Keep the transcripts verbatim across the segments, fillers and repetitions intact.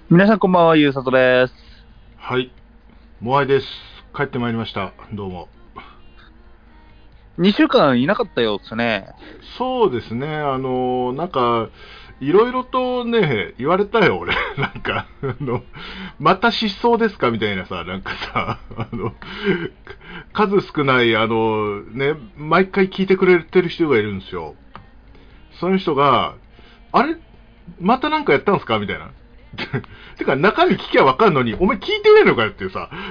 皆さんこんばんは、ゆうさとです。 はい、モアイです。帰ってまいりました。どうも。 にしゅうかんいなかったようですね。 そうですね、あの、なんか、いろいろとね、言われたよ、俺。なんか、あの、また失踪ですかみたいなさ、なんかさ、あの、数少ない、あの、ね、毎回聞いてくれてる人がいるんですよ。その人が、あれまたなんかやったんすかみたいな。てか、中身聞きゃわかんのに、お前聞いてねえのかよっていうさ。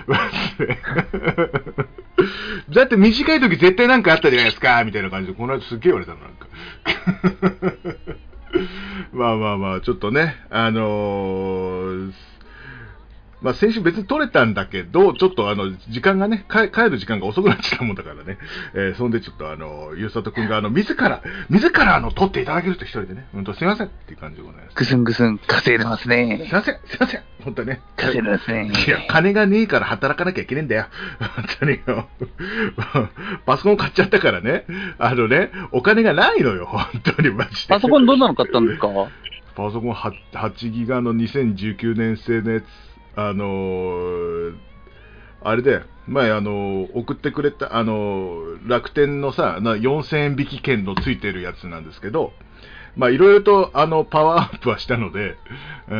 だって短い時絶対なんかあったじゃないですかみたいな感じで、この間すっげえ言われたの、なんか。まあまあまあ、ちょっとね、あのーまあ、先週別に取れたんだけど、ちょっとあの、時間がね、帰帰る時間が遅くなっちゃったもんだからね。えー、そんでちょっとあの、ゆうさとくんがあの、自ら、自らあの、取っていただけると一人でね、ほんとすいませんっていう感じでございます。 ぐすんぐすん稼いでますすいね。 ません、すいません、ほんとね。 稼いでますね。 いや、金がねえから働かなきゃいけねえんだよ。本当によ。パソコン買っちゃったからね。あのね、お金がないのよ、本当にマジで。 パソコンどんなの買ったんですか？ パソコンはちギガのにせんじゅうきゅうねん製のやつ、あのー、あれで、前あのー、送ってくれた、あのー、楽天のさ、よんせんえん引き券のついてるやつなんですけど、まあいろいろとあの、パワーアップはしたので、うん。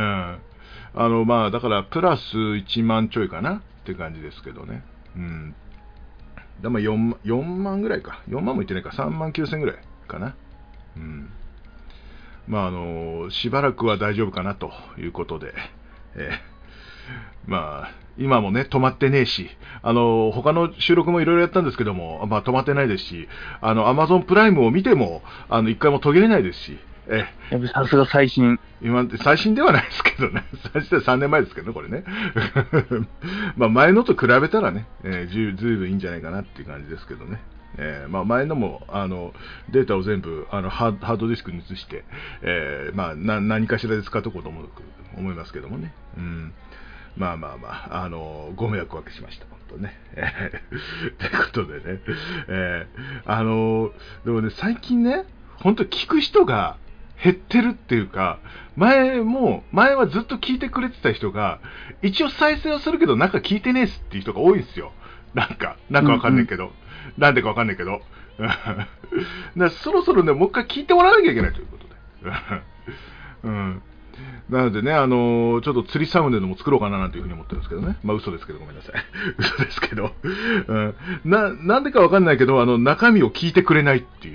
あの、まあだからプラスいちまんちょいかなって感じですけどね。うん。でも 4, よんまんぐらいか。よんまんもいってないか。さんまんきゅうせんぐらいかな。うん。まああの、しばらくは大丈夫かなということで、えー、まあ、今もね、止まってねえし、あの、他の収録もいろいろやったんですけども、まあ止まってないですし、あの、アマゾンプライムを見ても、あの、一回も途切れないですし、えやっぱさすが最新。 今、最新ではないですけどね。最新ではさんねんまえですけどね、これね。まあ前のと比べたらね、えー、ずずいぶんいいんじゃないかなっていう感じですけどね。えー、まあ前のもあのデータを全部あのハードディスクに移して、えー、まあな何かしらで使っとこうと思う思いますけどもね。うん。まあまあまあ、あのご迷惑をおかけしました、本当ね。ということでね、えー、あのでもね、最近ね、本当聞く人が減ってるっていうか、前も、前はずっと聞いてくれてた人が、一応再生をするけど、なんか聞いてねえっすっていう人が多いんですよ。なんか、なんかわかんないけど。うんうん、なんでかわかんないけど。だそろそろね、もう一回聞いてもらわなきゃいけないということで。うん。なのでね、あのー、ちょっと釣りサウンドでも作ろうかななんていうふうに思ってるんですけどね。まあ嘘ですけど、ごめんなさい。嘘ですけど。うん。な、なんでかわかんないけど、あの、中身を聞いてくれないっていう。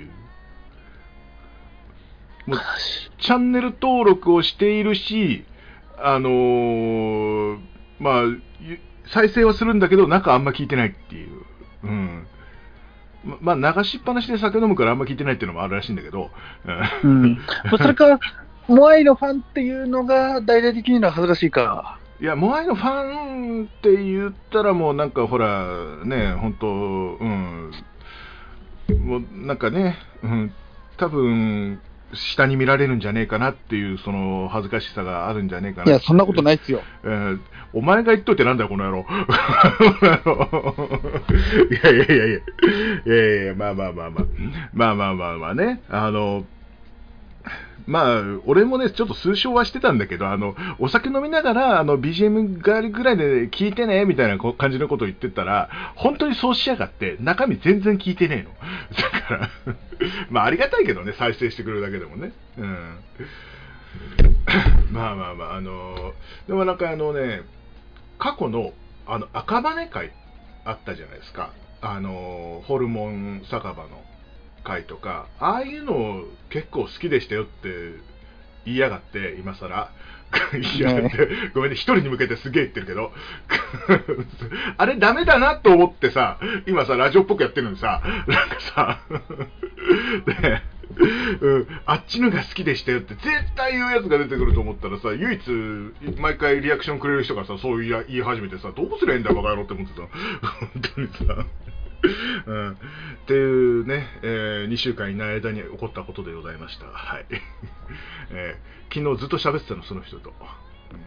もうチャンネル登録をしているし、あのー、まあ、再生はするんだけど、中あんま聞いてないっていう。うん。ま、まあ、流しっぱなしで酒飲むからあんま聞いてないっていうのもあるらしいんだけど。 うん。それか、モアイのファンっていうのが大々的にのはずらしいか。 いや、モアイのファンって言ったらもうなんかほら、ね、本当うん。もうなんかね、うん、多分、下に見られるんじゃねえかなっていうその恥ずかしさがあるんじゃねえかな。 いや、そんなことないっすよ。 えー、お前が言っといてなんだよこの野郎。いやいやいやいやいやいや、まあまあまあまあまあまあまあまあね、あのまあ、俺もね、ちょっと数勝はしてたんだけど、あの、お酒飲みながら、あの、ビージーエム があるぐらいで聞いてね、みたいな感じのことを言ってたら、本当にそうしやがって、中身全然聞いてねえの。だからまあ、ありがたいけどね、再生してくれるだけでもね。うん。まあまあまあ、あのー、でもなんかあのね、過去の、あの、赤羽会あったじゃないですか。あのー、ホルモン酒場の。回とか、ああいうの結構好きでしたよって言いやがって、今更。言いやがって、ごめんね、一人に向けてすげえ言ってるけど、あれダメだなと思ってさ、今さ、ラジオっぽくやってるのにさ、なんかさ、で、うん、あっちのが好きでしたよって絶対言うやつが出てくると思ったらさ、唯一毎回リアクションくれる人がさ、そう言い始めてさ、どうすりゃいいんだバカ野郎って思ってた。本当にさ。うん、っていうね、えー、にしゅうかんいない間に起こったことでございました。はい。えー、昨日ずっと喋ってたの、その人と。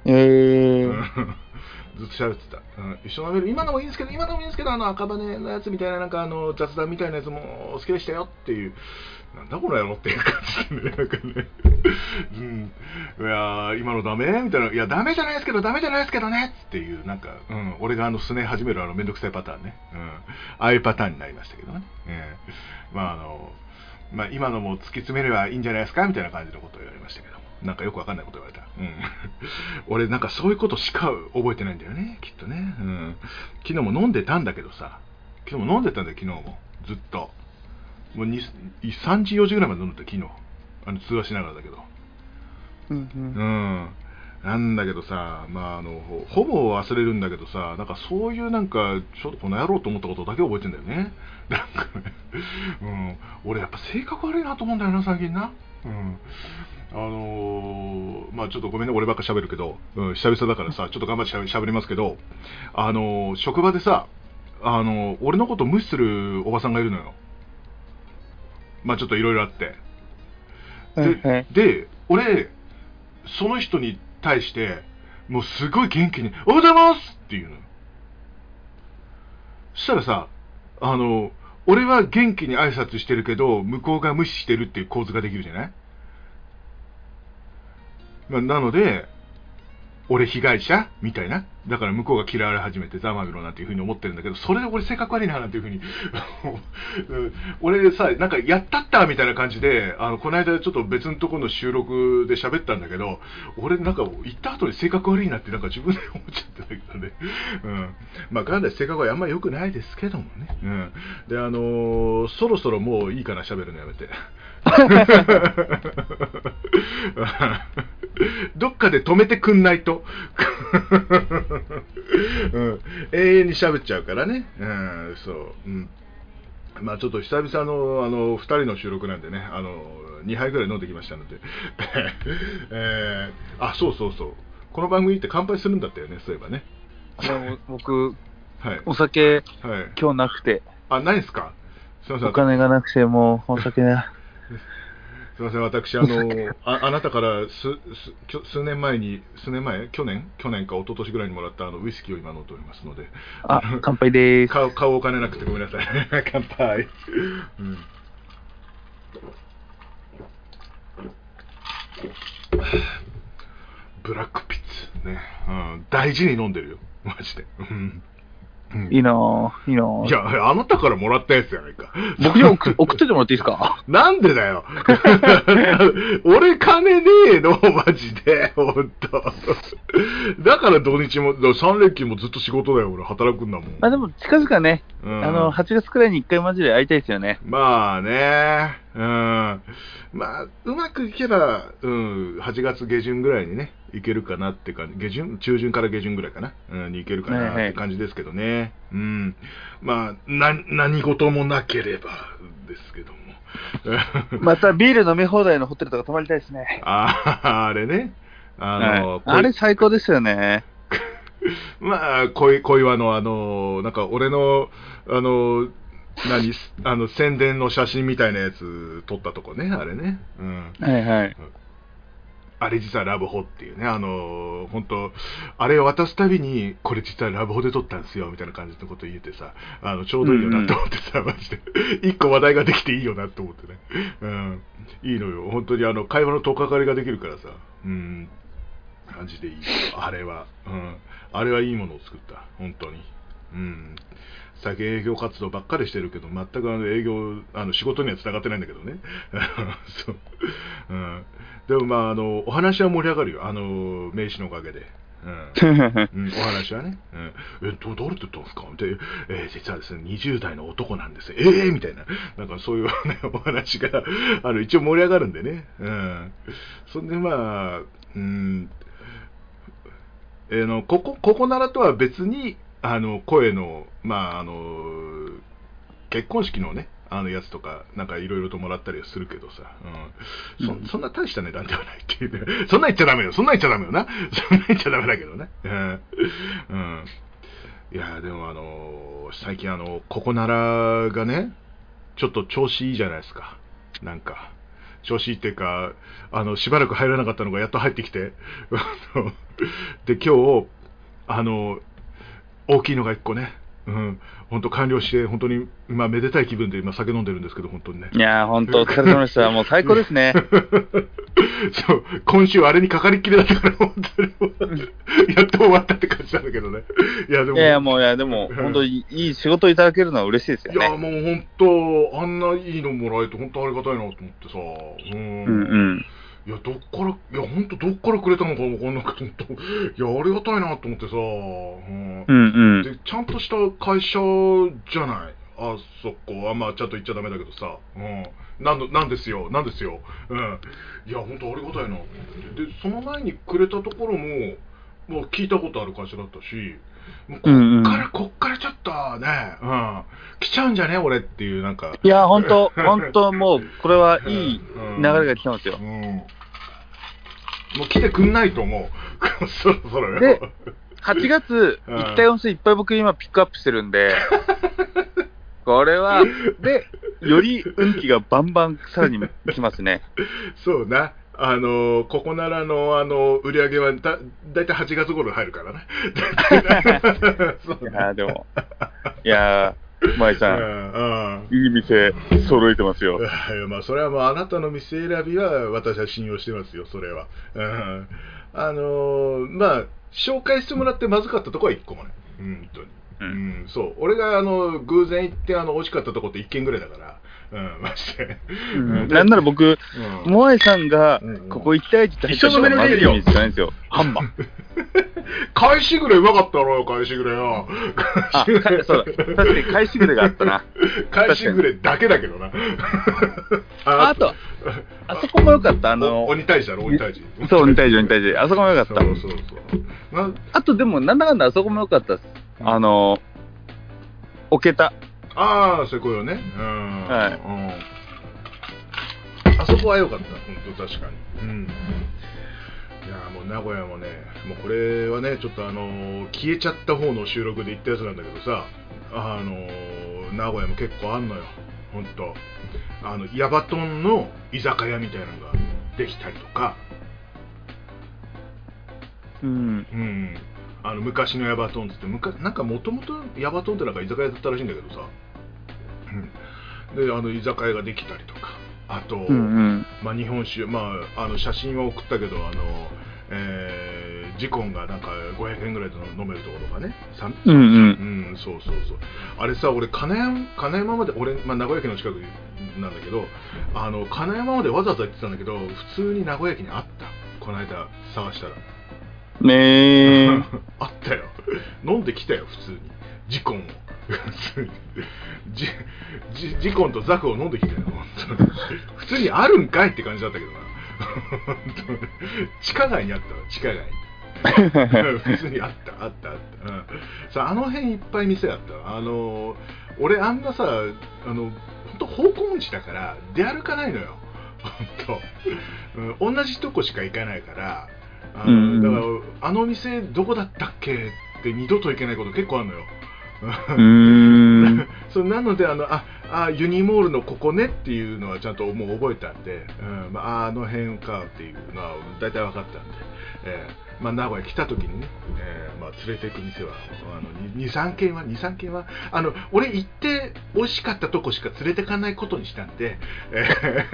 えー、 うんずっと喋ってた、うん、一緒のメール、今のもいいんですけど、今のもいいんですけど、あの赤羽のやつみたいな、なんかあの雑談みたいなやつも好きでしたよっていう、なんだこの野郎っていう感じでね、なんかね、うん、いや今のダメみたいな、いや、ダメじゃないですけど、ダメじゃないですけどねっていう、なんか、うん、俺があのすね始めるあのめんどくさいパターンね、うん、ああいうパターンになりましたけどね、えー、まああの、まあ、今のも突き詰めればいいんじゃないですかみたいな感じのことを言われましたけども、なんかよくわかんないこと言われた。うん。俺なんかそういうことしか覚えてないんだよね、きっとね。うん。昨日も飲んでたんだけどさ、昨日も飲んでたんだよ、昨日も。ずっと。もうにさんじ、よじぐらいまで飲んでた、昨日。あの通話しながらだけど。 うんうん。 うん。なんだけどさ、まああの、ほぼ忘れるんだけどさ、なんかそういうなんか、ちょっとこの野郎と思ったことだけ覚えてんだよね。なんかね、うん。俺やっぱ性格悪いなと思うんだよな、最近な。うん。あのー、まあちょっとごめんね、俺ばっか喋るけど、うん、久々だからさ、ちょっと頑張って喋りますけど、あのー、職場でさ、あのー、俺のこと無視するおばさんがいるのよ。まあちょっといろいろあって。 はいはい、 で、で、俺、その人に対して、もうすごい元気に、おはようございますって言うのよ。そしたらさ、あの、俺は元気に挨拶してるけど、向こうが無視してるっていう構図ができるじゃない？まあ、なので、俺被害者みたいな。だから向こうが嫌われ始めてざまみろなんていう風に思ってるんだけど、それで俺性格悪いななんていう風に俺さ、なんかやったったみたいな感じで、あの、この間ちょっと別のところの収録で喋ったんだけど、俺なんか言った後に性格悪いなってなんか自分で思っちゃったんだけどね。うん。まあ、元来性格はあんま良くないですけどもね。うん。で、あのー、そろそろもういいかな、喋るのやめて。どっかで止めてくんないと、うん、永遠に喋っちゃうからね。うん、そう。うん、まあちょっと久々のあのふたりの収録なんでね、あのにはいぐらい飲んできましたので、えー、あ、そうそうそう。この番組って乾杯するんだったよね、そういえばね。 僕、 はい、 お酒、 はい、 今日なくて。 あ、ないですか。すみません。 お金がなくて、もうお酒ね。 すみません、私、あの、あ, あなたからすす数年前に、数年前、去年、去年か一昨年ぐらいにもらったあのウイスキーを今飲んでおりますので、 あ、乾杯でーす。 顔、顔お金なくてごめんなさい。乾杯。うん、ブラックピッツ、ね、うん、大事に飲んでるよ、マジで。うんうん、いいなぁ、いいなぁ。 いや、あなたからもらったやつじゃないか。 僕に送送っててもらっていいですか？ なんでだよ。俺金ねえの、マジで。ほんと。だから土日も、さん連休もずっと仕事だよ、俺。働くんだもん。 あ、でも近々ね、うん、あの、はちがつくらいにいっかいマジで会いたいですよね。 まあね。うん。まあ、うまくいけば、うん、はちがつ下旬ぐらいにね、いけるかなって感じ、下旬中旬から下旬ぐらいかな、うん、にいけるかなって感じですけどね。はいはい、うん。まあ、な、何事もなければですけども。 またビール飲み放題のホテルとか泊まりたいですね。 ああ、あれね。あの、 はい、あれ最高ですよね。 まあ、小岩のあの、なんか俺の、あの、何あの宣伝の写真みたいなやつ撮ったとこね、あれね、うん、 はいはい、 あれ実はラブホっていうね、あの本当あれを渡すたびにこれ実はラブホで撮ったんですよみたいな感じのこと言えてさ、あのちょうどいいよなと思ってさ、うんうん、マジで一個話題ができていいよなと思ってね、うん、いいのよ、本当にあの会話のとっかかりができるからさ、うん、マジでいいよあれは、うん、あれはいいものを作った本当に、うん。最近営業活動ばっかりしてるけど、全くあの営業、あの仕事には繋がってないんだけどね。そう、うん。でもまあ、あの、お話は盛り上がるよ。あの、名刺のおかげで。うんうん、お話はね、うん、え、ど、誰って言ったんですかみたいな、えー、実はですね、にじゅう代の男なんですよ。えーみたいな、なんかそういう、ね、お話が、あの、一応盛り上がるんでね。うん。そんでまあ、うん、えー、の、ここ、ここならとは別に、あの声の、まあ、あの結婚式のね、あのやつとか、なんかいろいろともらったりはするけどさ、うん、そ, そんな大した値段ではないっていうね、そんな言っちゃダメよ、そんな言っちゃダメよな、そんな言っちゃダメだけどね、うん、うん、いやでもあの最近あのココナラがね、ちょっと調子いいじゃないですか、なんか調子いいっていうか、あのしばらく入らなかったのがやっと入ってきてで今日あの大きいのがいっこね、うん、本当完了して、本当に、まあ、めでたい気分で今酒飲んでるんですけど、本当にね。 いやー、本当お疲れ様でした。もう最高ですね。 そう、今週あれにかかりっきりだったから、本当に、やっと終わったって感じなんだけどね。いや、でも、 いやいや、もう、いや、でも、本当にいい仕事いただけるのは嬉しいですよね。 いや、もう本当、あんないいのもらえて、本当ありがたいなと思ってさ、うん。 うんうん。 いや、どっから、いや、ほんと、どっからくれたのかわかんないけど、ほんと、いや、ありがたいなと思ってさ、うん。 うんうん。 で、ちゃんとした会社じゃない。あそこ、あんまちゃんと言っちゃダメだけどさ、うん。なんの、なんですよ、なんですよ。うん。いや、ほんとありがたいなと思って。で、その前にくれたところも、もう聞いたことある会社だったし、もうこっから、うんうん、こっからちょっとね、うん、来ちゃうんじゃね俺っていう、なんか。 いや、ほんと、ほんともう、これはいい流れが来てますよ。 うんうん、もう来てくんないと思う。そろそろよ。 で、はちがつ、行きたい温泉いっぱい僕今ピックアップしてるんで、これは、で、より運気がバンバンさらに来ますね。 そうな。あのここならのあの売り上げはだだいたいはちがつ頃入るからね。 そうね、いやでも、いやー、舞さん、うん、いい店揃えてますよ。 いや、まあ、それはもうあなたの店選びは私は信用してますよ、それは。うん、あのー、まあ、紹介してもらってまずかったところはいっこもね。本当に。うん、うん、そう。俺があの偶然行ってあの美味しかったところっていっけんぐらいだから。うん、まして。 うん、なんなら僕、うん、モアイさんが、ここ行きたいって言ったら、一緒のメロディーよ。じゃないんですよ。ハンマー。 返しぐれうまかったろよ、返しぐれよ。 あ、そうだ。確かに返しぐれがあったな。 返しぐれだけだけどな。 あ, あと、あそこもよかった。あの、 鬼退治だろ、鬼退治。 そう、鬼退治、鬼退治。あそこもよかった。 そうそうそう。 まあと、でも、なんだかんだあそこもよかったです。あの、置けた。 ああ、そういうことね。うん。 はい。 うん、あそこは良かった、本当確かに。うん。いやもう名古屋もね、もうこれはね、ちょっとあのー、消えちゃった方の収録で言ったやつなんだけどさ、あのー、名古屋も結構あんのよ、本当。あの、ヤバトンの居酒屋みたいなのができたりとか、 うん。 うん。あの昔のヤバトンって言って、なんかもともとヤバトンってなんか居酒屋だったらしいんだけどさ、うん、であの居酒屋ができたりとか、あと、うんうん、まあ、日本酒、まあ、あの写真は送ったけど、あの、えー、ジコンがなんかごひゃくえんぐらいで飲めるところとかね、 うんうん、 うん、そうそうそう、あれさ、俺金山、金山まで、俺、まあ、名古屋駅の近くなんだけど、あの金山までわざわざ行ってたんだけど、普通に名古屋駅にあった、この間探したら。 ねえあったよ、飲んできたよ、普通にジコンをジ, ジ, ジコンとザクを飲んできたよ、本当に普通にあるんかいって感じだったけどな地下街にあったわ、地下街に普通にあったあったあった、うん、さあ、あの辺いっぱい店あった。あの俺あんなさ、あの本当方向音痴だから出歩かないのよ、本当、うん、同じとこしか行かないから、あの、うん、だからあの店どこだったっけって二度と行けないこと結構あるのよ。うーんそうなので、あのああユニモールのここねっていうのはちゃんともう覚えたんで、うん、まあ、あの辺かっていうのは大体分かったんで、えーまあ、名古屋来た時にね、えーまあ、連れて行く店はあの にさんけんはにさんけんはあの俺行って美味しかったとこしか連れてかないことにしたんで、え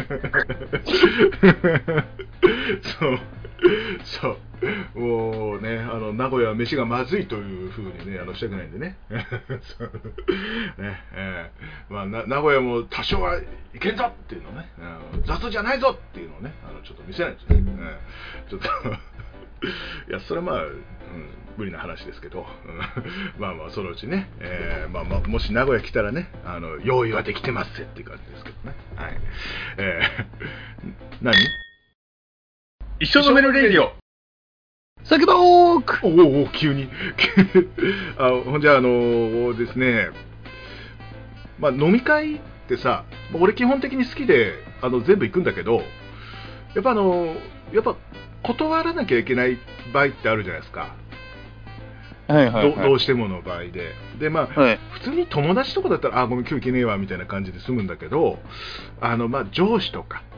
ー、そうそうもうね、あの名古屋は飯がまずいという風にね、あのしたくないんでね。そうね、えーまあ、な名古屋も多少はいけんぞっていうのね、うん、雑じゃないぞっていうのをね、あのちょっと見せないとね、うん、ちょっといやそれはまあ、うん、無理な話ですけど、うん、まあまあそのうちね、えーまあまあ、もし名古屋来たらね、あの用意はできてますっていう感じですけどね。はい。えー、何？ 一緒のメロレディオ。先どーく。 おおお急にあほんじゃあのー、ですね、まあ飲み会ってさ、俺基本的に好きであの全部行くんだけど、やっぱあのやっぱ断らなきゃいけない場合ってあるじゃないですか。 はいはいはい、 ど, どうしてもの場合で、でまあ、はい、普通に友達とかだったらあごめん今日行けねえわみたいな感じで済むんだけど、あのまあ上司とか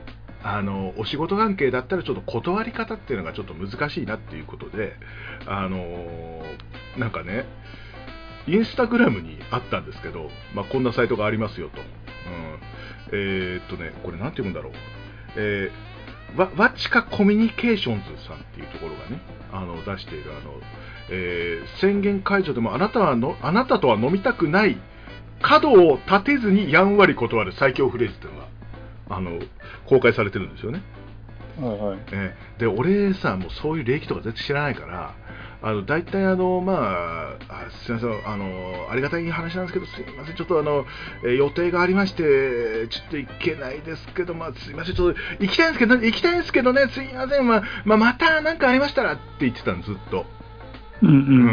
あのお仕事関係だったらちょっと断り方っていうのがちょっと難しいなっていうことで、あのなんかねインスタグラムにあったんですけど、まあ、こんなサイトがありますよと、うん、えー、っとねこれなんて言うんだろう、えー、ワワチカコミュニケーションズさんっていうところがねあの出しているあの、えー、宣言解除でもあなたはのあなたとは飲みたくない角を立てずにやんわり断る最強フレーズっていうのがあの公開されてるんですよね。 はいはい。 えー、で俺さもうそういう礼儀とか絶対知らないからあの大体あのまあ、あすみませんあのありがたい話なんですけどすみませんちょっとあの、えー、予定がありましてちょっと行けないですけどまあすみませんちょっと行きたいんですけど行きたいんですけどねすみませんまあ、まあ、また何かありましたらって言ってたのずっと。 うんうん。 うんうん。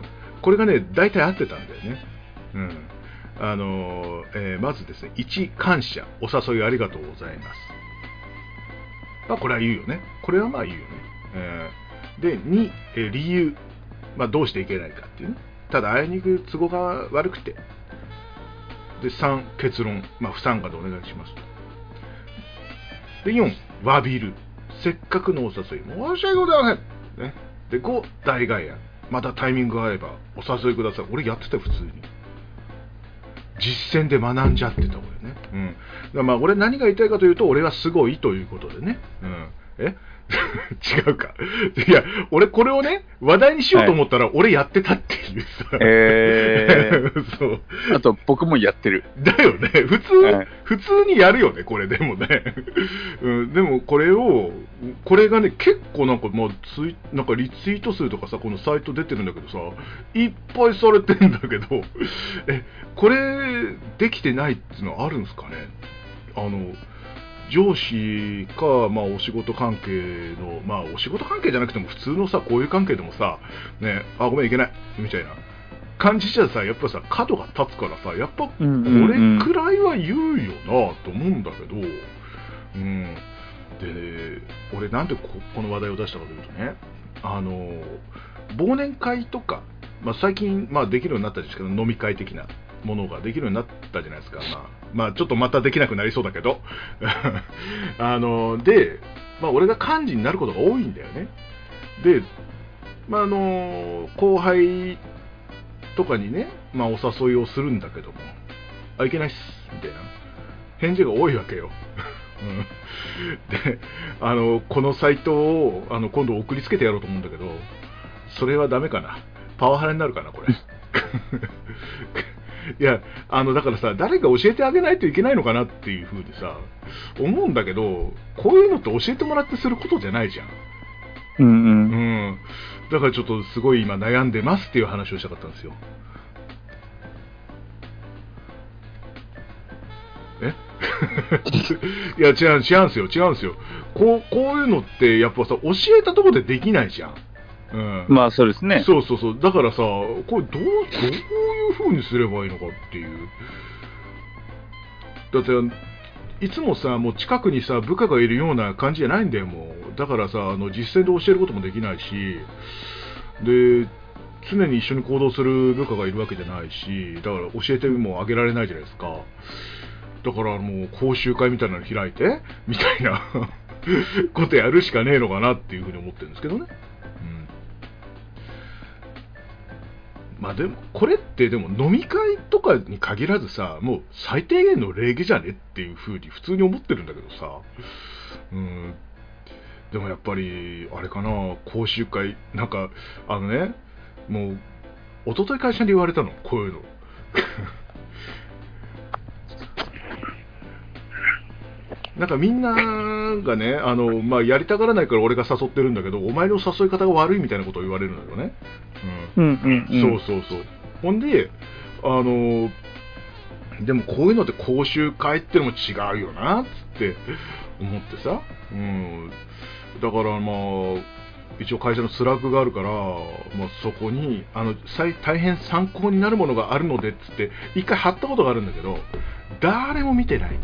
これがね大体合ってたんだよね。うん。あのえー、まずですねいち感謝お誘いありがとうございます。まあこれは言うよね。これはまあ言うよね。えーでに、えー、理由、まあ、どうしていけないかっていうねただあいにく都合が悪くてでさん結論、まあ、不参加でお願いしますとでよん詫びるせっかくのお誘い申し訳ございません、ね、でご代替案またタイミングが合えばお誘いください俺やってたよ普通に実践で学んじゃってた俺ね、うん、だからまあ俺何が言いたいかというと俺はすごいということでね、うん、え違うか。いや、俺これをね、話題にしようと思ったら、はい、俺やってたっていうさ。 えー、そう。あと、僕もやってる。 だよね。普通、はい、普通にやるよね、これでもね。うん、でも、これを、これがね、結構なんか、まあ、ツイなんかリツイート数とかさ、このサイト出てるんだけどさ、いっぱいされてんだけど、え、これ、できてないっていうのはあるんですかね。あの、上司か、まあ、お仕事関係の、まあ、お仕事関係じゃなくても普通のさ、こういう関係でもさ、ね、あ、ごめん、いけない、みたいな感じじゃさ、やっぱさ、角が立つからさ、やっぱこれくらいは言うよなと思うんだけど、うん。で、俺なんで こ, この話題を出したかというとね、あの、忘年会とか、まあ、最近、まあ、できるようになったんですけど、飲み会的なものができるようになったじゃないですか。まあ、まあ、ちょっとまたできなくなりそうだけど。あの、で、まあ、俺が幹事になることが多いんだよね。で、まあ、あの、後輩とかにね、まあ、お誘いをするんだけども、あ、いけないっす、みたいな返事が多いわけよ。で、あの、このサイトを、あの、今度送りつけてやろうと思うんだけど、それはダメかな。パワハラになるかな、これ。いや、あの、だからさ、誰か教えてあげないといけないのかなっていう風でさ、思うんだけど、こういうのって教えてもらってすることじゃないじゃん。 うんうん。 うん。だからちょっとすごい今悩んでますっていう話をしたかったんですよ。えいや、違う、違うんですよ、違うんですよ。こう、こういうのってやっぱさ、教えたところでできないじゃん。うん、 まあそうですね。 そうそうそう。だからさ、これどう、どういう風にすればいいのかっていう。だって、いつもさ、もう近くにさ、部下がいるような感じじゃないんだよ、もう。だからさ、あの、実践で教えることもできないし、で、常に一緒に行動する部下がいるわけじゃないし、だから教えてもあげられないじゃないですか。だからもう講習会みたいなの開いて、みたいなことやるしかねえのかなっていうふうに思ってるんですけどね。まあでも、これってでも飲み会とかに限らずさ、もう最低限の礼儀じゃねっていう風に普通に思ってるんだけどさ、うん、でもやっぱり、あれかな、講習会、なんか、あのね、もう、一昨日会社に言われたの、こういうの。なんかみんながね、あの、まあ、やりたがらないから俺が誘ってるんだけど、お前の誘い方が悪いみたいなことを言われるのよね。 うん。うんうんうん。 そうそうそう。ほんで、あの、でもこういうのって講習会ってのも違うよな、つって思ってさ。うん。だからまあ、一応会社のスラックがあるから、まあ、そこに、あの、大変参考になるものがあるので、つって、一回貼ったことがあるんだけど、誰も見てない。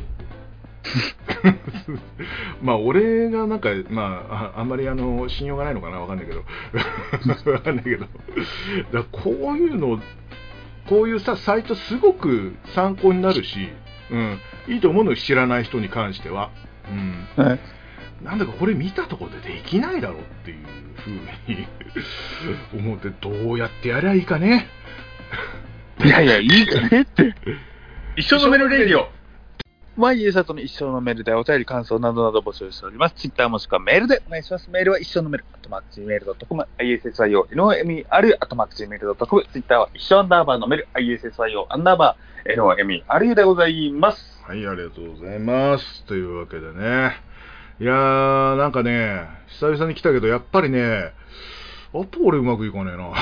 まあ俺がなんかまあ あ, あんまりあの信用がないのかなわかんないけどわかんないけどだこういうのこういうさサイトすごく参考になるし、うん、いいと思うのよ知らない人に関しては、 うん、 はい、 なんだかこれ見たところでできないだろうっていうふうに思って、どうやってやりゃいいかね。 いやいや、いいかねって。一生のメールレディオ。まあ、ゆうさとの一生のメールでお便り感想などなど募集しております。ツイッターもしくはメールでお願いします。メールは一生のメール、アットマーク ジーメールドットコム、アイエスエスワイオー、ノーエムイーアール、アットマーク ジーメールドットコム、ツイッターは一生アンダーバーのメール、アイエスエスワイオー、アンダーバー、エヌオーエムイーアール でございます。 はい、ありがとうございます。というわけでね。いやー、なんかね、久々に来たけど、やっぱりね、あと俺うまくいかねえな。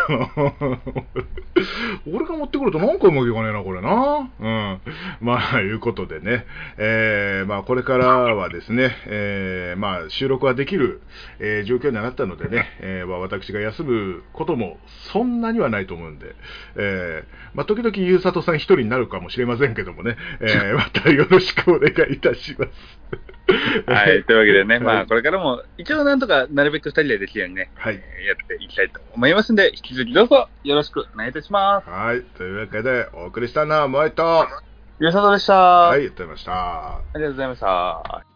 俺が持ってくるとなんかうまくいかねえな、これな。うん。まあ、いうことでね。えー、まあ、これからはですね、えー、まあ、収録はできる、えー、状況にはなったのでね、えー、まあ、私が休むこともそんなにはないと思うんで、えー、まあ、時々ゆうさとさん一人になるかもしれませんけどもね、えー、またよろしくお願いいたします。 はい、というわけでね、まあ、これからも、一応なんとかなるべくふたりでできるようにね、 はい、 やっていきたいと思いますんで、引き続きどうぞよろしくお願いいたします。 はい、というわけで、お送りしたのは、萌えと、 ゆうさとでした。 はい、やってました。 ありがとうございました。